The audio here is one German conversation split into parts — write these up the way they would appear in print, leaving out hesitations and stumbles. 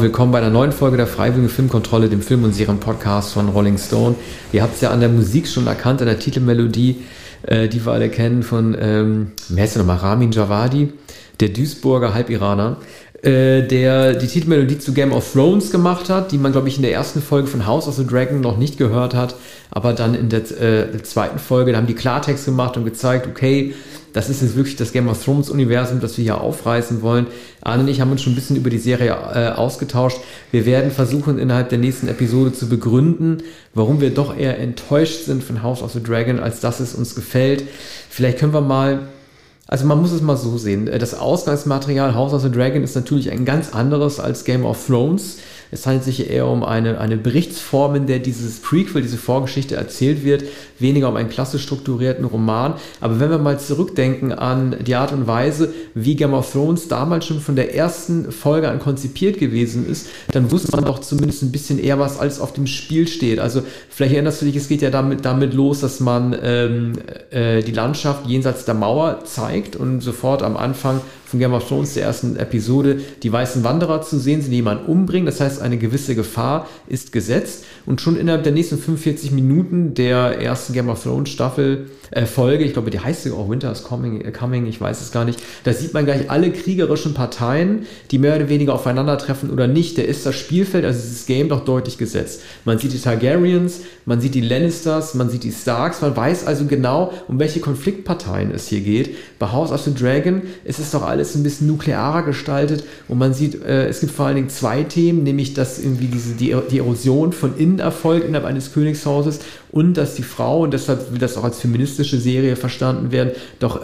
Willkommen bei einer neuen Folge der Freiwilligen Filmkontrolle, dem Film- und Serien-Podcast von Rolling Stone. Ihr habt es ja an der Musik schon erkannt, an der Titelmelodie, die wir alle kennen von, wie heißt der nochmal, Ramin Djawadi, der Duisburger Halbiraner, der die Titelmelodie zu Game of Thrones gemacht hat, die man, glaube ich, in der ersten Folge von House of the Dragon noch nicht gehört hat, aber dann in der zweiten Folge, da haben die Klartext gemacht und gezeigt, okay, das ist jetzt wirklich das Game of Thrones Universum, das wir hier aufreißen wollen. Arne und ich haben uns schon ein bisschen über die Serie ausgetauscht. Wir werden versuchen, innerhalb der nächsten Episode zu begründen, warum wir doch eher enttäuscht sind von House of the Dragon, als dass es uns gefällt. Vielleicht können wir mal, also man muss es mal so sehen, das Ausgangsmaterial House of the Dragon ist natürlich ein ganz anderes als Game of Thrones. Es handelt sich eher um eine Berichtsform, in der dieses Prequel, diese Vorgeschichte erzählt wird, weniger um einen klassisch strukturierten Roman. Aber wenn wir mal zurückdenken an die Art und Weise, wie Game of Thrones damals schon von der ersten Folge an konzipiert gewesen ist, dann wusste man doch zumindest ein bisschen eher, was alles auf dem Spiel steht. Also vielleicht erinnerst du dich, es geht ja damit los, dass man die Landschaft jenseits der Mauer zeigt und sofort am Anfang von Game of Thrones, der ersten Episode, die weißen Wanderer zu sehen sind, die jemanden umbringen. Das heißt, eine gewisse Gefahr ist gesetzt. Und schon innerhalb der nächsten 45 Minuten der ersten Game of Thrones Folge, ich glaube, die heißt ja auch Winter is Coming, ich weiß es gar nicht, da sieht man gleich alle kriegerischen Parteien, die mehr oder weniger aufeinandertreffen oder nicht. Da ist das Spielfeld, also dieses Game, doch deutlich gesetzt. Man sieht die Targaryens, man sieht die Lannisters, man sieht die Starks, man weiß also genau, um welche Konfliktparteien es hier geht. Bei House of the Dragon ist es doch alles ein bisschen nuklearer gestaltet und man sieht, es gibt vor allen Dingen zwei Themen, nämlich dass irgendwie die Erosion von innen erfolgt innerhalb eines Königshauses und dass die Frau, und deshalb will das auch als feministische Serie verstanden werden, doch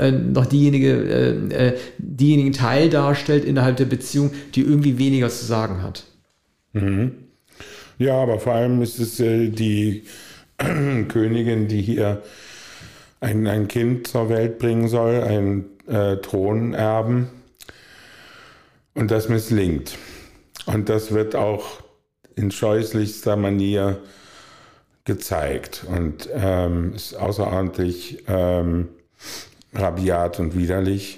diejenigen Teil darstellt innerhalb der Beziehung, die irgendwie weniger zu sagen hat. Mhm. Ja, aber vor allem ist es die Königin, die hier ein Kind zur Welt bringen soll, einen Thronerben, und das misslingt. Und das wird auch in scheußlichster Manier gezeigt und ist außerordentlich rabiat und widerlich.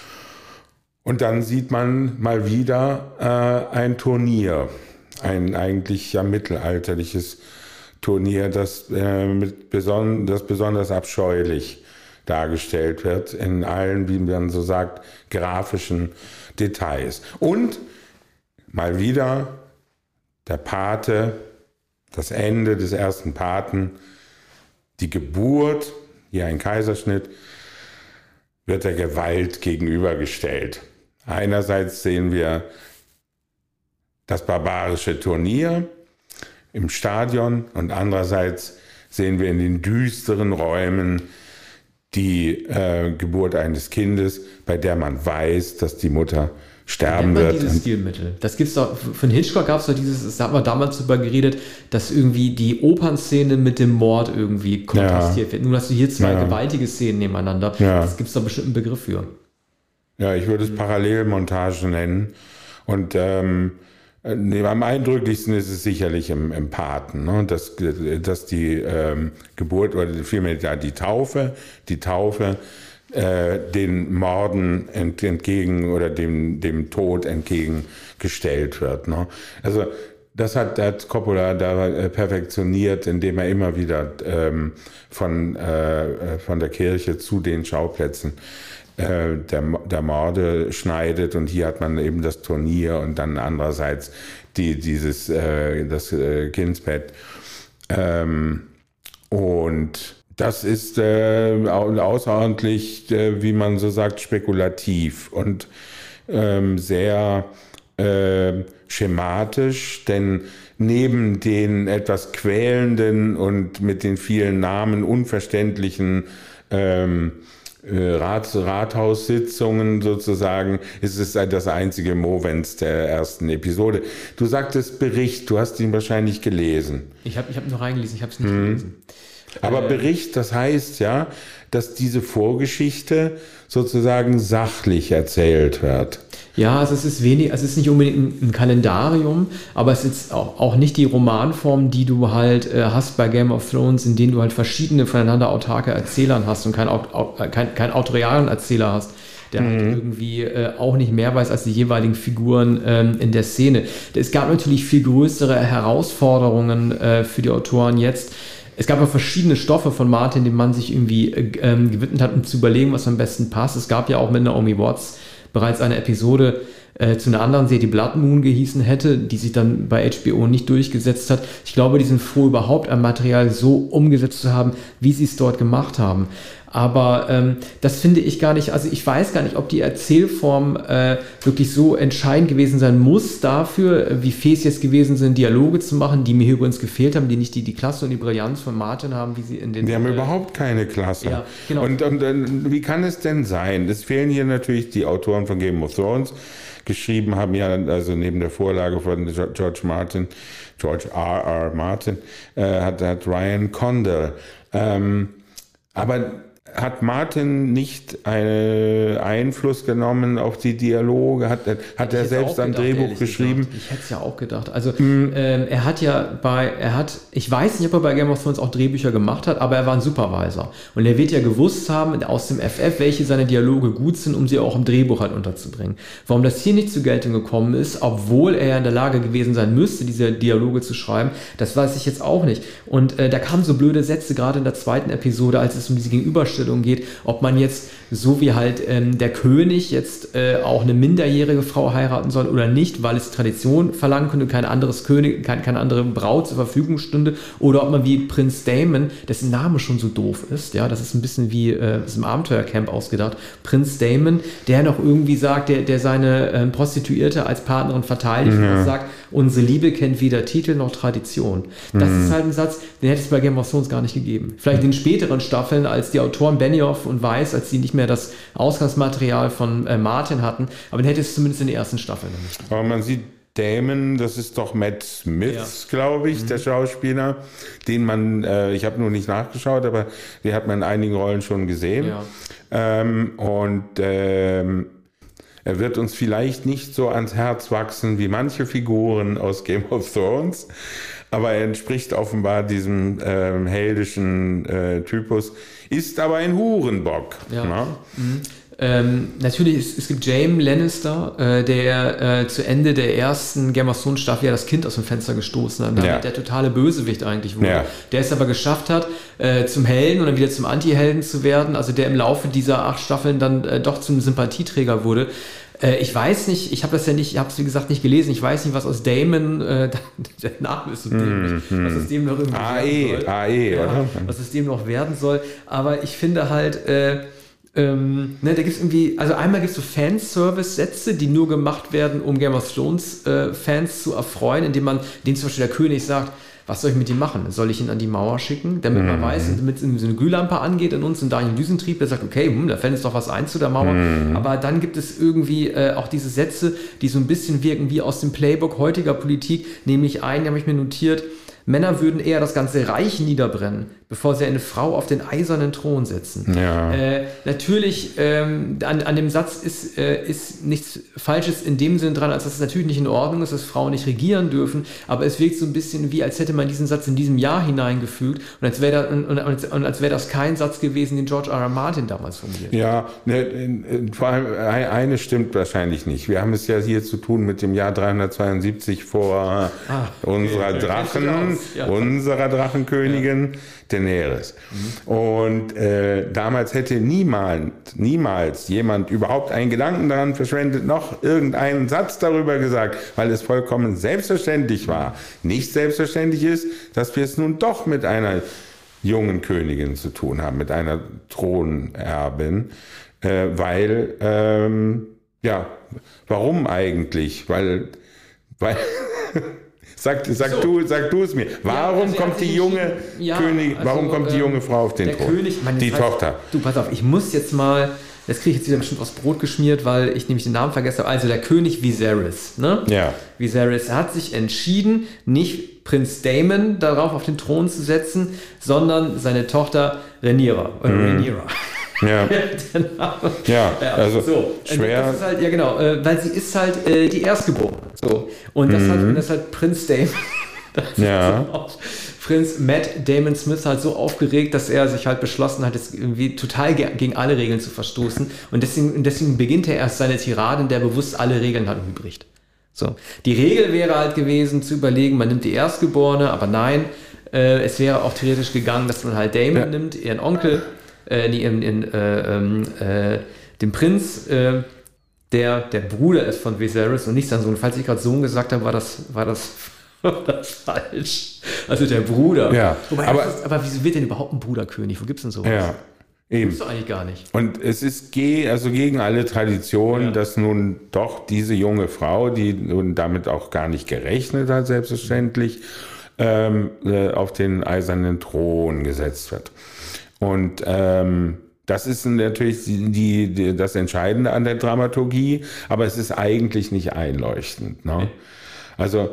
Und dann sieht man mal wieder ein Turnier, ein eigentlich ja mittelalterliches Turnier, das besonders abscheulich dargestellt wird, in allen, wie man so sagt, grafischen Details. Und mal wieder der Pate, das Ende des ersten Paten, die Geburt, hier ein Kaiserschnitt, wird der Gewalt gegenübergestellt. Einerseits sehen wir das barbarische Turnier im Stadion und andererseits sehen wir in den düsteren Räumen die Geburt eines Kindes, bei der man weiß, dass die Mutter sterben wird. Dieses Stilmittel. Das gibt's doch, von Hitchcock gab es doch dieses, da haben wir damals drüber geredet, dass irgendwie die Opernszene mit dem Mord irgendwie kontrastiert wird. Nun hast du hier zwei gewaltige Szenen nebeneinander. Ja. Das gibt es doch bestimmt einen Begriff für. Ja, ich würde es Parallelmontage nennen. Und am eindrücklichsten ist es sicherlich im Paten, ne? dass die Geburt oder vielmehr die Taufe den Morden entgegen oder dem Tod entgegengestellt wird. Ne? Also das hat Coppola da perfektioniert, indem er immer wieder von der Kirche zu den Schauplätzen der Morde schneidet, und hier hat man eben das Turnier und dann andererseits das Kindsbett. Und das ist außerordentlich, wie man so sagt, spekulativ und sehr schematisch, denn neben den etwas quälenden und mit den vielen Namen unverständlichen Rathaussitzungen sozusagen, ist es das einzige Movens der ersten Episode. Du sagtest Bericht, du hast ihn wahrscheinlich gelesen. Ich hab nur reingelesen, ich habe es nicht gelesen. Aber Bericht, das heißt ja, dass diese Vorgeschichte sozusagen sachlich erzählt wird. Ja, es ist nicht unbedingt ein Kalendarium, aber es ist auch nicht die Romanform, die du halt hast bei Game of Thrones, in denen du halt verschiedene voneinander autarke Erzähler hast und keinen autorialen Erzähler hast. der halt irgendwie auch nicht mehr weiß als die jeweiligen Figuren in der Szene. Es gab natürlich viel größere Herausforderungen für die Autoren jetzt. Es gab ja verschiedene Stoffe von Martin, denen man sich irgendwie gewidmet hat, um zu überlegen, was am besten passt. Es gab ja auch mit Naomi Watts bereits eine Episode zu einer anderen Serie, die Blood Moon gehießen hätte, die sich dann bei HBO nicht durchgesetzt hat. Ich glaube, die sind froh, überhaupt ein Material so umgesetzt zu haben, wie sie es dort gemacht haben. Aber das finde ich gar nicht, also ich weiß gar nicht, ob die Erzählform wirklich so entscheidend gewesen sein muss dafür, wie fähig jetzt gewesen sind, Dialoge zu machen, die mir hier übrigens gefehlt haben, die nicht die Klasse und die Brillanz von Martin haben, wie sie in den... Die haben überhaupt keine Klasse. Ja, genau. Und wie kann es denn sein? Es fehlen hier natürlich die Autoren von Game of Thrones. Geschrieben haben ja, also neben der Vorlage von George R.R. Martin, hat Ryan Condal. Aber hat Martin nicht einen Einfluss genommen auf die Dialoge? Hat er selbst ein Drehbuch geschrieben? Ich hätte es ja auch gedacht. Also er hat ich weiß nicht, ob er bei Game of Thrones auch Drehbücher gemacht hat, aber er war ein Supervisor. Und er wird ja gewusst haben aus dem FF, welche seine Dialoge gut sind, um sie auch im Drehbuch halt unterzubringen. Warum das hier nicht zur Geltung gekommen ist, obwohl er ja in der Lage gewesen sein müsste, diese Dialoge zu schreiben, das weiß ich jetzt auch nicht. Und da kamen so blöde Sätze, gerade in der zweiten Episode, als es um diese Gegenüberstellung geht, ob man jetzt, so wie halt der König jetzt auch eine minderjährige Frau heiraten soll oder nicht, weil es Tradition verlangen könnte, kein anderes König, keine andere Braut zur Verfügung stünde, oder ob man wie Prinz Daemon, dessen Name schon so doof ist, ja, das ist ein bisschen wie aus dem Abenteuercamp ausgedacht, Prinz Daemon, der noch irgendwie sagt, der seine Prostituierte als Partnerin verteidigt und sagt, unsere Liebe kennt weder Titel noch Tradition. Das ist halt ein Satz, den hätte es bei Game of Thrones gar nicht gegeben. Vielleicht in den späteren Staffeln, als die Autoren Benioff und Weiss, als sie nicht mehr das Ausgangsmaterial von Martin hatten, aber den hätte es zumindest in den ersten Staffeln nicht. Aber man sieht Damon, das ist doch Matt Smith, glaube ich, der Schauspieler, den man, ich habe nur nicht nachgeschaut, aber den hat man in einigen Rollen schon gesehen. Ja. Er wird uns vielleicht nicht so ans Herz wachsen wie manche Figuren aus Game of Thrones, aber er entspricht offenbar diesem heldischen Typus, ist aber ein Hurenbock. Ja. Natürlich, es gibt Jaime Lannister, der zu Ende der ersten Game of Thrones Staffel ja das Kind aus dem Fenster gestoßen hat, damit der totale Bösewicht eigentlich wurde. Ja. Der es aber geschafft hat, zum Helden und dann wieder zum Anti-Helden zu werden, also der im Laufe dieser 8 Staffeln dann doch zum Sympathieträger wurde. Ich weiß nicht, ich habe es wie gesagt nicht gelesen, ich weiß nicht, was aus Daemon, der Name ist so dämlich, was aus dem noch irgendwie oder? Was aus dem noch werden soll, aber ich finde halt, da gibt es irgendwie, also einmal gibt es so Fanservice-Sätze, die nur gemacht werden, um Game of Thrones Fans zu erfreuen, indem zum Beispiel der König sagt, was soll ich mit ihm machen? Soll ich ihn an die Mauer schicken, damit man weiß, damit so eine Glühlampe angeht in uns und Daniel Düsentrieb, der sagt, okay, da fällt jetzt doch was ein zu der Mauer. Aber dann gibt es irgendwie auch diese Sätze, die so ein bisschen wirken wie aus dem Playbook heutiger Politik, nämlich einen, den habe ich mir notiert, Männer würden eher das ganze Reich niederbrennen, bevor sie eine Frau auf den eisernen Thron setzen. Ja. Natürlich, an dem Satz ist nichts Falsches in dem Sinne dran, als dass es natürlich nicht in Ordnung ist, dass Frauen nicht regieren dürfen, aber es wirkt so ein bisschen wie, als hätte man diesen Satz in diesem Jahr hineingefügt und als wäre das kein Satz gewesen, den George R.R. Martin damals formuliert. Ja, vor allem eine stimmt wahrscheinlich nicht. Wir haben es ja hier zu tun mit dem Jahr 372 vor unserer Drachenkönigin Daenerys. Und damals hätte niemals jemand überhaupt einen Gedanken daran verschwendet, noch irgendeinen Satz darüber gesagt, weil es vollkommen selbstverständlich war. Nicht selbstverständlich ist, dass wir es nun doch mit einer jungen Königin zu tun haben, mit einer Thronerbin, weil, warum eigentlich? Weil Sag du es mir. Warum kommt die junge Königin, warum kommt die junge Frau auf den Thron? König, die Tochter. Du, pass auf, ich muss jetzt mal, das kriege ich jetzt wieder bestimmt aufs Brot geschmiert, weil ich nämlich den Namen vergessen habe. Also der König Viserys, ne? Ja. Viserys hat sich entschieden, nicht Prinz Daemon darauf auf den Thron zu setzen, sondern seine Tochter Rhaenyra. Ja, also so. schwer. Das ist halt, ja genau, weil sie ist halt die Erstgeborene. So. Und das hat Prinz Daemon Ja. Prinz Matt Damon Smith halt so aufgeregt, dass er sich halt beschlossen hat, jetzt irgendwie total gegen alle Regeln zu verstoßen. Und deswegen beginnt er erst seine Tirade, in der bewusst alle Regeln halt umbricht. So. Die Regel wäre halt gewesen, zu überlegen, man nimmt die Erstgeborene, aber nein, es wäre auch theoretisch gegangen, dass man halt Damon nimmt, ihren Onkel, den Prinz, der Bruder ist von Viserys und nicht sein Sohn. Falls ich gerade Sohn gesagt habe, war das falsch. Also der Bruder. Ja, Wobei, aber wieso wird denn überhaupt ein Bruderkönig? Wo gibt es denn sowas? Ja, eben. Gibt's doch eigentlich gar nicht. Und es ist gegen alle Traditionen, dass nun doch diese junge Frau, die nun damit auch gar nicht gerechnet hat, selbstverständlich, auf den eisernen Thron gesetzt wird. Und das ist natürlich das Entscheidende an der Dramaturgie, aber es ist eigentlich nicht einleuchtend. Ne? Also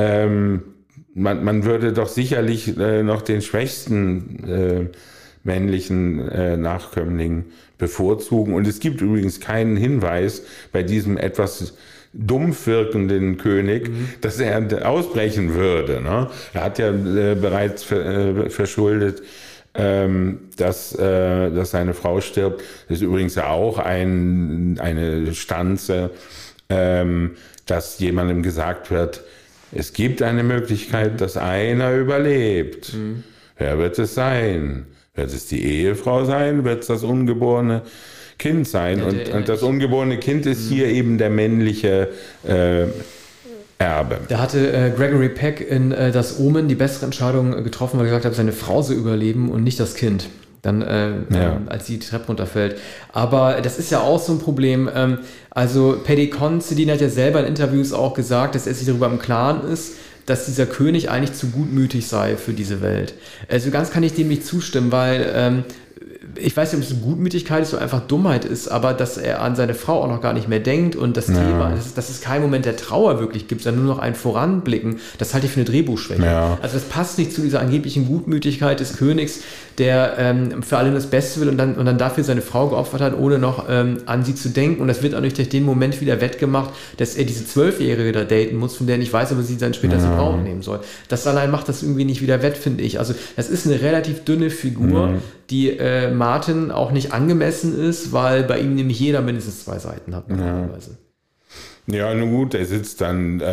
man würde doch sicherlich noch den schwächsten männlichen Nachkömmling bevorzugen. Und es gibt übrigens keinen Hinweis bei diesem etwas dumpf wirkenden König, dass er ausbrechen würde. Ne? Er hat ja bereits verschuldet, dass seine Frau stirbt. Das ist übrigens ja auch eine Stanze, dass jemandem gesagt wird, es gibt eine Möglichkeit, dass einer überlebt. Wer wird es sein? Wird es die Ehefrau sein? Wird es das ungeborene Kind sein? Ja, und das ungeborene Kind ist hier eben der männliche Erbe. Da hatte Gregory Peck in Das Omen die bessere Entscheidung getroffen, weil er gesagt hat, seine Frau soll überleben und nicht das Kind. Dann, als die Treppe runterfällt. Aber das ist ja auch so ein Problem. Also Paddy Considine hat ja selber in Interviews auch gesagt, dass er sich darüber im Klaren ist, dass dieser König eigentlich zu gutmütig sei für diese Welt. Also ganz kann ich dem nicht zustimmen, weil ich weiß nicht, ob es Gutmütigkeit ist oder einfach Dummheit ist, aber dass er an seine Frau auch noch gar nicht mehr denkt und das Thema, dass es keinen Moment der Trauer wirklich gibt, sondern nur noch ein Voranblicken, das halte ich für eine Drehbuchschwäche. Ja. Also das passt nicht zu dieser angeblichen Gutmütigkeit des Königs, der für alle das Beste will und dann dafür seine Frau geopfert hat, ohne noch an sie zu denken. Und das wird auch nicht durch den Moment wieder wettgemacht, dass er diese 12-Jährige da daten muss, von der er nicht weiß, aber sie dann später sie Braut nehmen soll. Das allein macht das irgendwie nicht wieder wett, finde ich. Also das ist eine relativ dünne Figur, die Martin auch nicht angemessen ist, weil bei ihm nämlich jeder mindestens 2 Seiten hat normalerweise. Ja, nun gut, er sitzt dann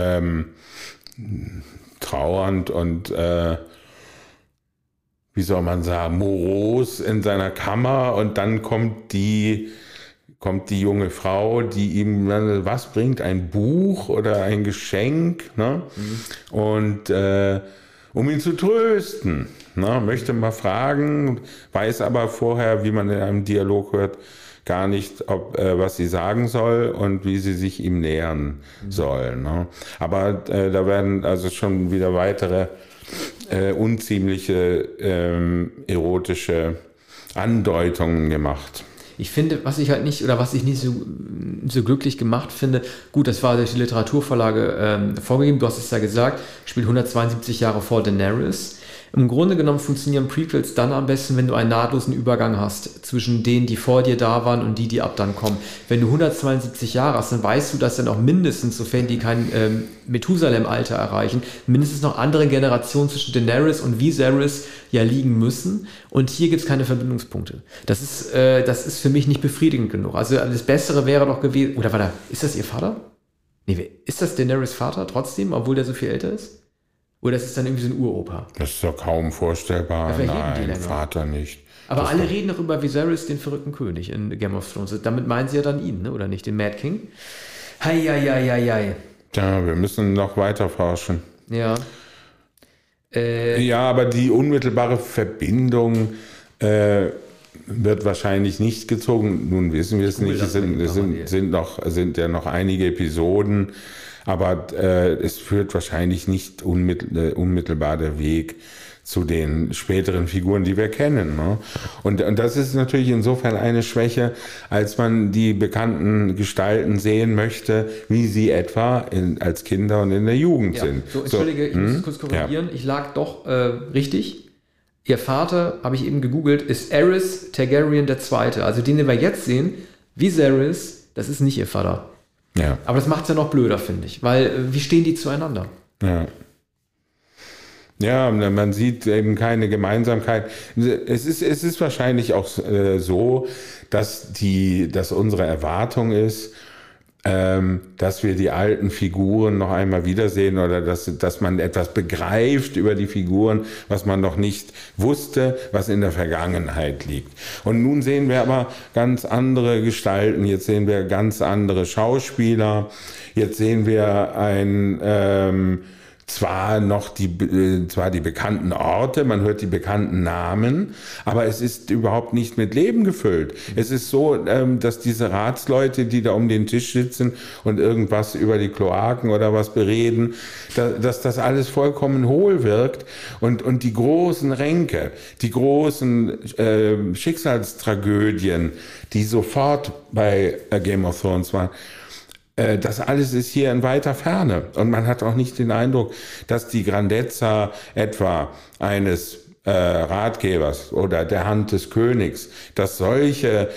trauernd und wie soll man sagen, moros in seiner Kammer und dann kommt die junge Frau, die ihm was bringt, ein Buch oder ein Geschenk, ne? Und um ihn zu trösten, ne? Möchte mal fragen, weiß aber vorher, wie man in einem Dialog hört, gar nicht, was sie sagen soll und wie sie sich ihm nähern soll. Ne? Aber da werden also schon wieder weitere unziemliche erotische Andeutungen gemacht. Ich finde, was ich nicht so glücklich gemacht finde, gut, das war durch die Literaturvorlage vorgegeben, du hast es ja gesagt, spielt 172 Jahre vor Daenerys. Im Grunde genommen funktionieren Prequels dann am besten, wenn du einen nahtlosen Übergang hast zwischen denen, die vor dir da waren und die ab dann kommen. Wenn du 172 Jahre hast, dann weißt du, dass dann auch mindestens, sofern die kein Methusalem-Alter erreichen, mindestens noch andere Generationen zwischen Daenerys und Viserys ja liegen müssen. Und hier gibt es keine Verbindungspunkte. Das ist für mich nicht befriedigend genug. Also das Bessere wäre doch gewesen, oder warte, ist das ihr Vater? Nee, ist das Daenerys Vater trotzdem, obwohl der so viel älter ist? Oder ist es dann irgendwie so ein Uropa? Das ist doch kaum vorstellbar. Nein, Vater nicht. Aber alle reden doch über Viserys, den verrückten König in Game of Thrones. Damit meinen sie ja dann ihn, ne? Oder nicht? Den Mad King? Hei. Tja, wir müssen noch weiter forschen. Ja. Ja, aber die unmittelbare Verbindung wird wahrscheinlich nicht gezogen. Nun wissen wir es nicht. Es sind ja noch einige Episoden. Aber es führt wahrscheinlich nicht unmittelbar der Weg zu den späteren Figuren, die wir kennen. Ne? Und das ist natürlich insofern eine Schwäche, als man die bekannten Gestalten sehen möchte, wie sie etwa als Kinder und in der Jugend sind. So, entschuldige, ich muss kurz korrigieren. Ja. Ich lag doch richtig. Ihr Vater, habe ich eben gegoogelt, ist Aerys Targaryen II. Also den wir jetzt sehen, Viserys, das ist nicht ihr Vater. Ja. Aber das macht es ja noch blöder, finde ich. Weil, wie stehen die zueinander? Ja. Ja, man sieht eben keine Gemeinsamkeit. Es ist wahrscheinlich auch so, dass unsere Erwartung ist, dass wir die alten Figuren noch einmal wiedersehen oder dass man etwas begreift über die Figuren, was man noch nicht wusste, was in der Vergangenheit liegt. Und nun sehen wir aber ganz andere Gestalten, jetzt sehen wir ganz andere Schauspieler, jetzt sehen wir zwar die bekannten Orte, man hört die bekannten Namen, aber es ist überhaupt nicht mit Leben gefüllt. Es ist so, dass diese Ratsleute, die da um den Tisch sitzen und irgendwas über die Kloaken oder was bereden, dass das alles vollkommen hohl wirkt und die großen Ränke, die großen Schicksalstragödien, die sofort bei Game of Thrones waren, das alles ist hier in weiter Ferne. Und man hat auch nicht den Eindruck, dass die Grandezza etwa eines Ratgebers oder der Hand des Königs, dass solche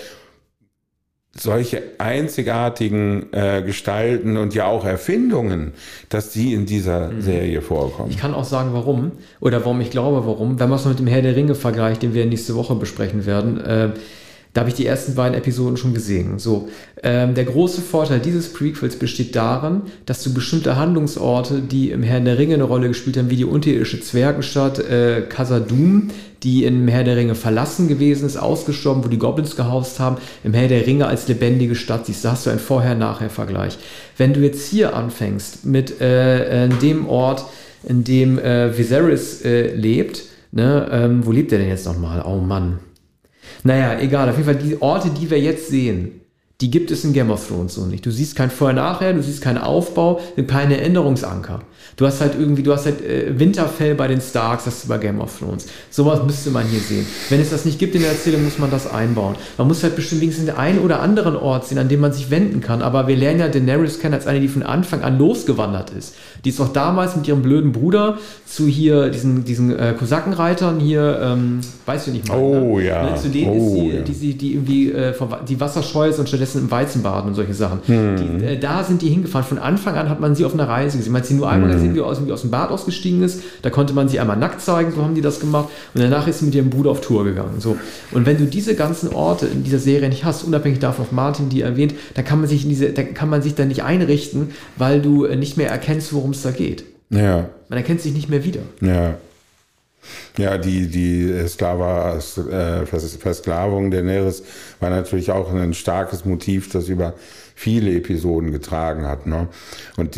einzigartigen Gestalten und ja auch Erfindungen, dass die in dieser Serie vorkommen. Ich kann auch sagen, warum. Oder warum ich glaube, warum. Wenn man es mit dem Herr der Ringe vergleicht, den wir nächste Woche besprechen werden, da habe ich die ersten beiden Episoden schon gesehen. So, der große Vorteil dieses Prequels besteht darin, dass du bestimmte Handlungsorte, die im Herrn der Ringe eine Rolle gespielt haben, wie die unterirdische Zwergenstadt Khazad-dûm, die im Herr der Ringe verlassen gewesen ist, ausgestorben, wo die Goblins gehaust haben, im Herr der Ringe als lebendige Stadt siehst. Da hast du einen Vorher-Nachher-Vergleich. Wenn du jetzt hier anfängst mit dem Ort, in dem Viserys lebt, ne, wo lebt er denn jetzt nochmal? Oh Mann. Naja, egal. Auf jeden Fall die Orte, die wir jetzt sehen, die gibt es in Game of Thrones so nicht. Du siehst kein Vorher-Nachher, du siehst keinen Aufbau, keine Erinnerungsanker. Du hast halt Winterfell bei den Starks, das ist bei Game of Thrones. Sowas müsste man hier sehen. Wenn es das nicht gibt in der Erzählung, muss man das einbauen. Man muss halt bestimmt wenigstens den einen oder anderen Ort sehen, an dem man sich wenden kann. Aber wir lernen ja Daenerys kennen als eine, die von Anfang an losgewandert ist. Die ist auch damals mit ihrem blöden Bruder zu hier diesen Kosakenreitern hier, weißt du nicht mal. Oh ne? ja. Zu denen ist sie, die irgendwie die Wasserscheu ist und stattdessen im Weizen baden und solche Sachen. Da sind die hingefahren. Von Anfang an hat man sie auf einer Reise gesehen. Man hat sie nur einmal gesehen, wie aus dem Bad ausgestiegen ist. Da konnte man sie einmal nackt zeigen, so haben die das gemacht. Und danach ist sie mit ihrem Bruder auf Tour gegangen. So. Und wenn du diese ganzen Orte in dieser Serie nicht hast, unabhängig davon, ob Martin die erwähnt, dann kann man sich da nicht einrichten, weil du nicht mehr erkennst, worum es da geht. Ja. Man erkennt sich nicht mehr wieder. Ja. Ja, die Versklavung der Daenerys war natürlich auch ein starkes Motiv, das über viele Episoden getragen hat. Ne? Und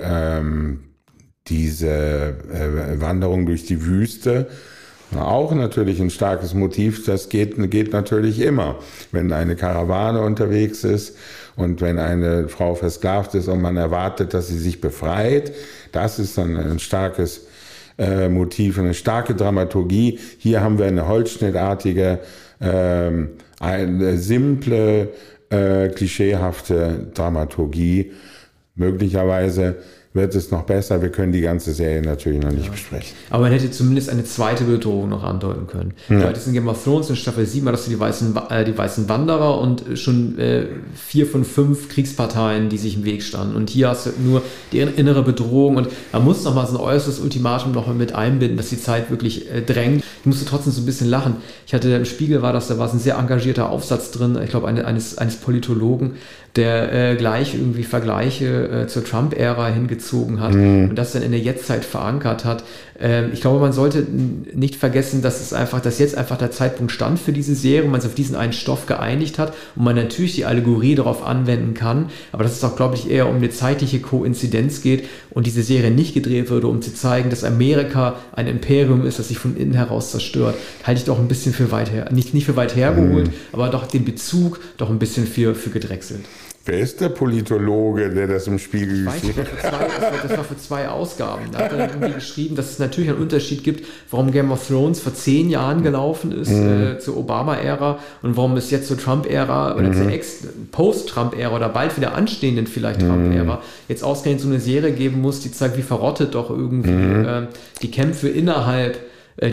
diese Wanderung durch die Wüste, auch natürlich ein starkes Motiv, das geht natürlich immer. Wenn eine Karawane unterwegs ist und wenn eine Frau versklavt ist und man erwartet, dass sie sich befreit, das ist dann ein starkes Motiv, eine starke Dramaturgie. Hier haben wir eine holzschnittartige, eine simple, klischeehafte Dramaturgie. Möglicherweise wird es noch besser. Wir können die ganze Serie natürlich noch nicht besprechen. Aber man hätte zumindest eine zweite Bedrohung noch andeuten können. Ja. Du hattest in Game of Thrones in Staffel 7 hattest du die weißen Wanderer und schon 4 von 5 Kriegsparteien, die sich im Weg standen. Und hier hast du nur die innere Bedrohung und man muss noch mal so ein äußeres Ultimatum noch mal mit einbinden, dass die Zeit wirklich drängt. Ich musste trotzdem so ein bisschen lachen. Ich hatte im Spiegel da war ein sehr engagierter Aufsatz drin, ich glaube eines Politologen, der gleich irgendwie Vergleiche zur Trump-Ära hingezogen hat und das dann in der Jetztzeit verankert hat. Ich glaube, man sollte nicht vergessen, dass jetzt einfach der Zeitpunkt stand für diese Serie und man sich auf diesen einen Stoff geeinigt hat und man natürlich die Allegorie darauf anwenden kann, aber dass es auch, glaube ich, eher um eine zeitliche Koinzidenz geht und diese Serie nicht gedreht wurde, um zu zeigen, dass Amerika ein Imperium ist, das sich von innen heraus zerstört, halte ich doch ein bisschen für weit her, nicht für weit hergeholt, aber doch den Bezug doch ein bisschen für gedrechselt. Wer ist der Politologe, der das im Spiegel geschrieben hat? Das war für 2 Ausgaben. Da hat er dann irgendwie geschrieben, dass es natürlich einen Unterschied gibt, warum Game of Thrones vor 10 Jahren gelaufen ist, zur Obama-Ära und warum es jetzt zur Trump-Ära oder zur Post-Trump-Ära oder bald wieder anstehenden vielleicht Trump-Ära jetzt ausgerechnet so eine Serie geben muss, die zeigt, wie verrottet doch irgendwie die Kämpfe innerhalb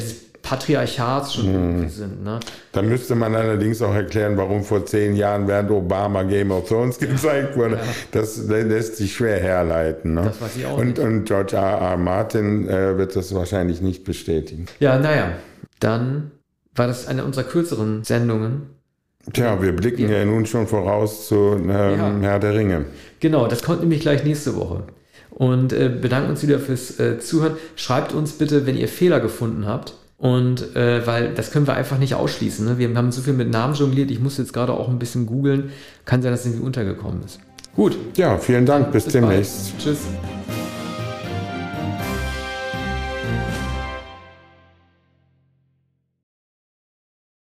Patriarchats schon irgendwie sind. Ne? Da müsste man allerdings auch erklären, warum vor 10 Jahren während Obama Game of Thrones gezeigt wurde. Ja. Das lässt sich schwer herleiten. Ne? Das weiß ich auch nicht. Und George R.R. Martin wird das wahrscheinlich nicht bestätigen. Ja, naja, dann war das eine unserer kürzeren Sendungen. Tja, wir blicken ja nun schon voraus zu Herr der Ringe. Genau, das kommt nämlich gleich nächste Woche. Und bedanken uns wieder fürs Zuhören. Schreibt uns bitte, wenn ihr Fehler gefunden habt. Und weil das können wir einfach nicht ausschließen. Ne? Wir haben so viel mit Namen jongliert. Ich muss jetzt gerade auch ein bisschen googeln. Kann sein, dass es irgendwie untergekommen ist. Gut. Ja, vielen Dank. Bis demnächst. Bald. Tschüss.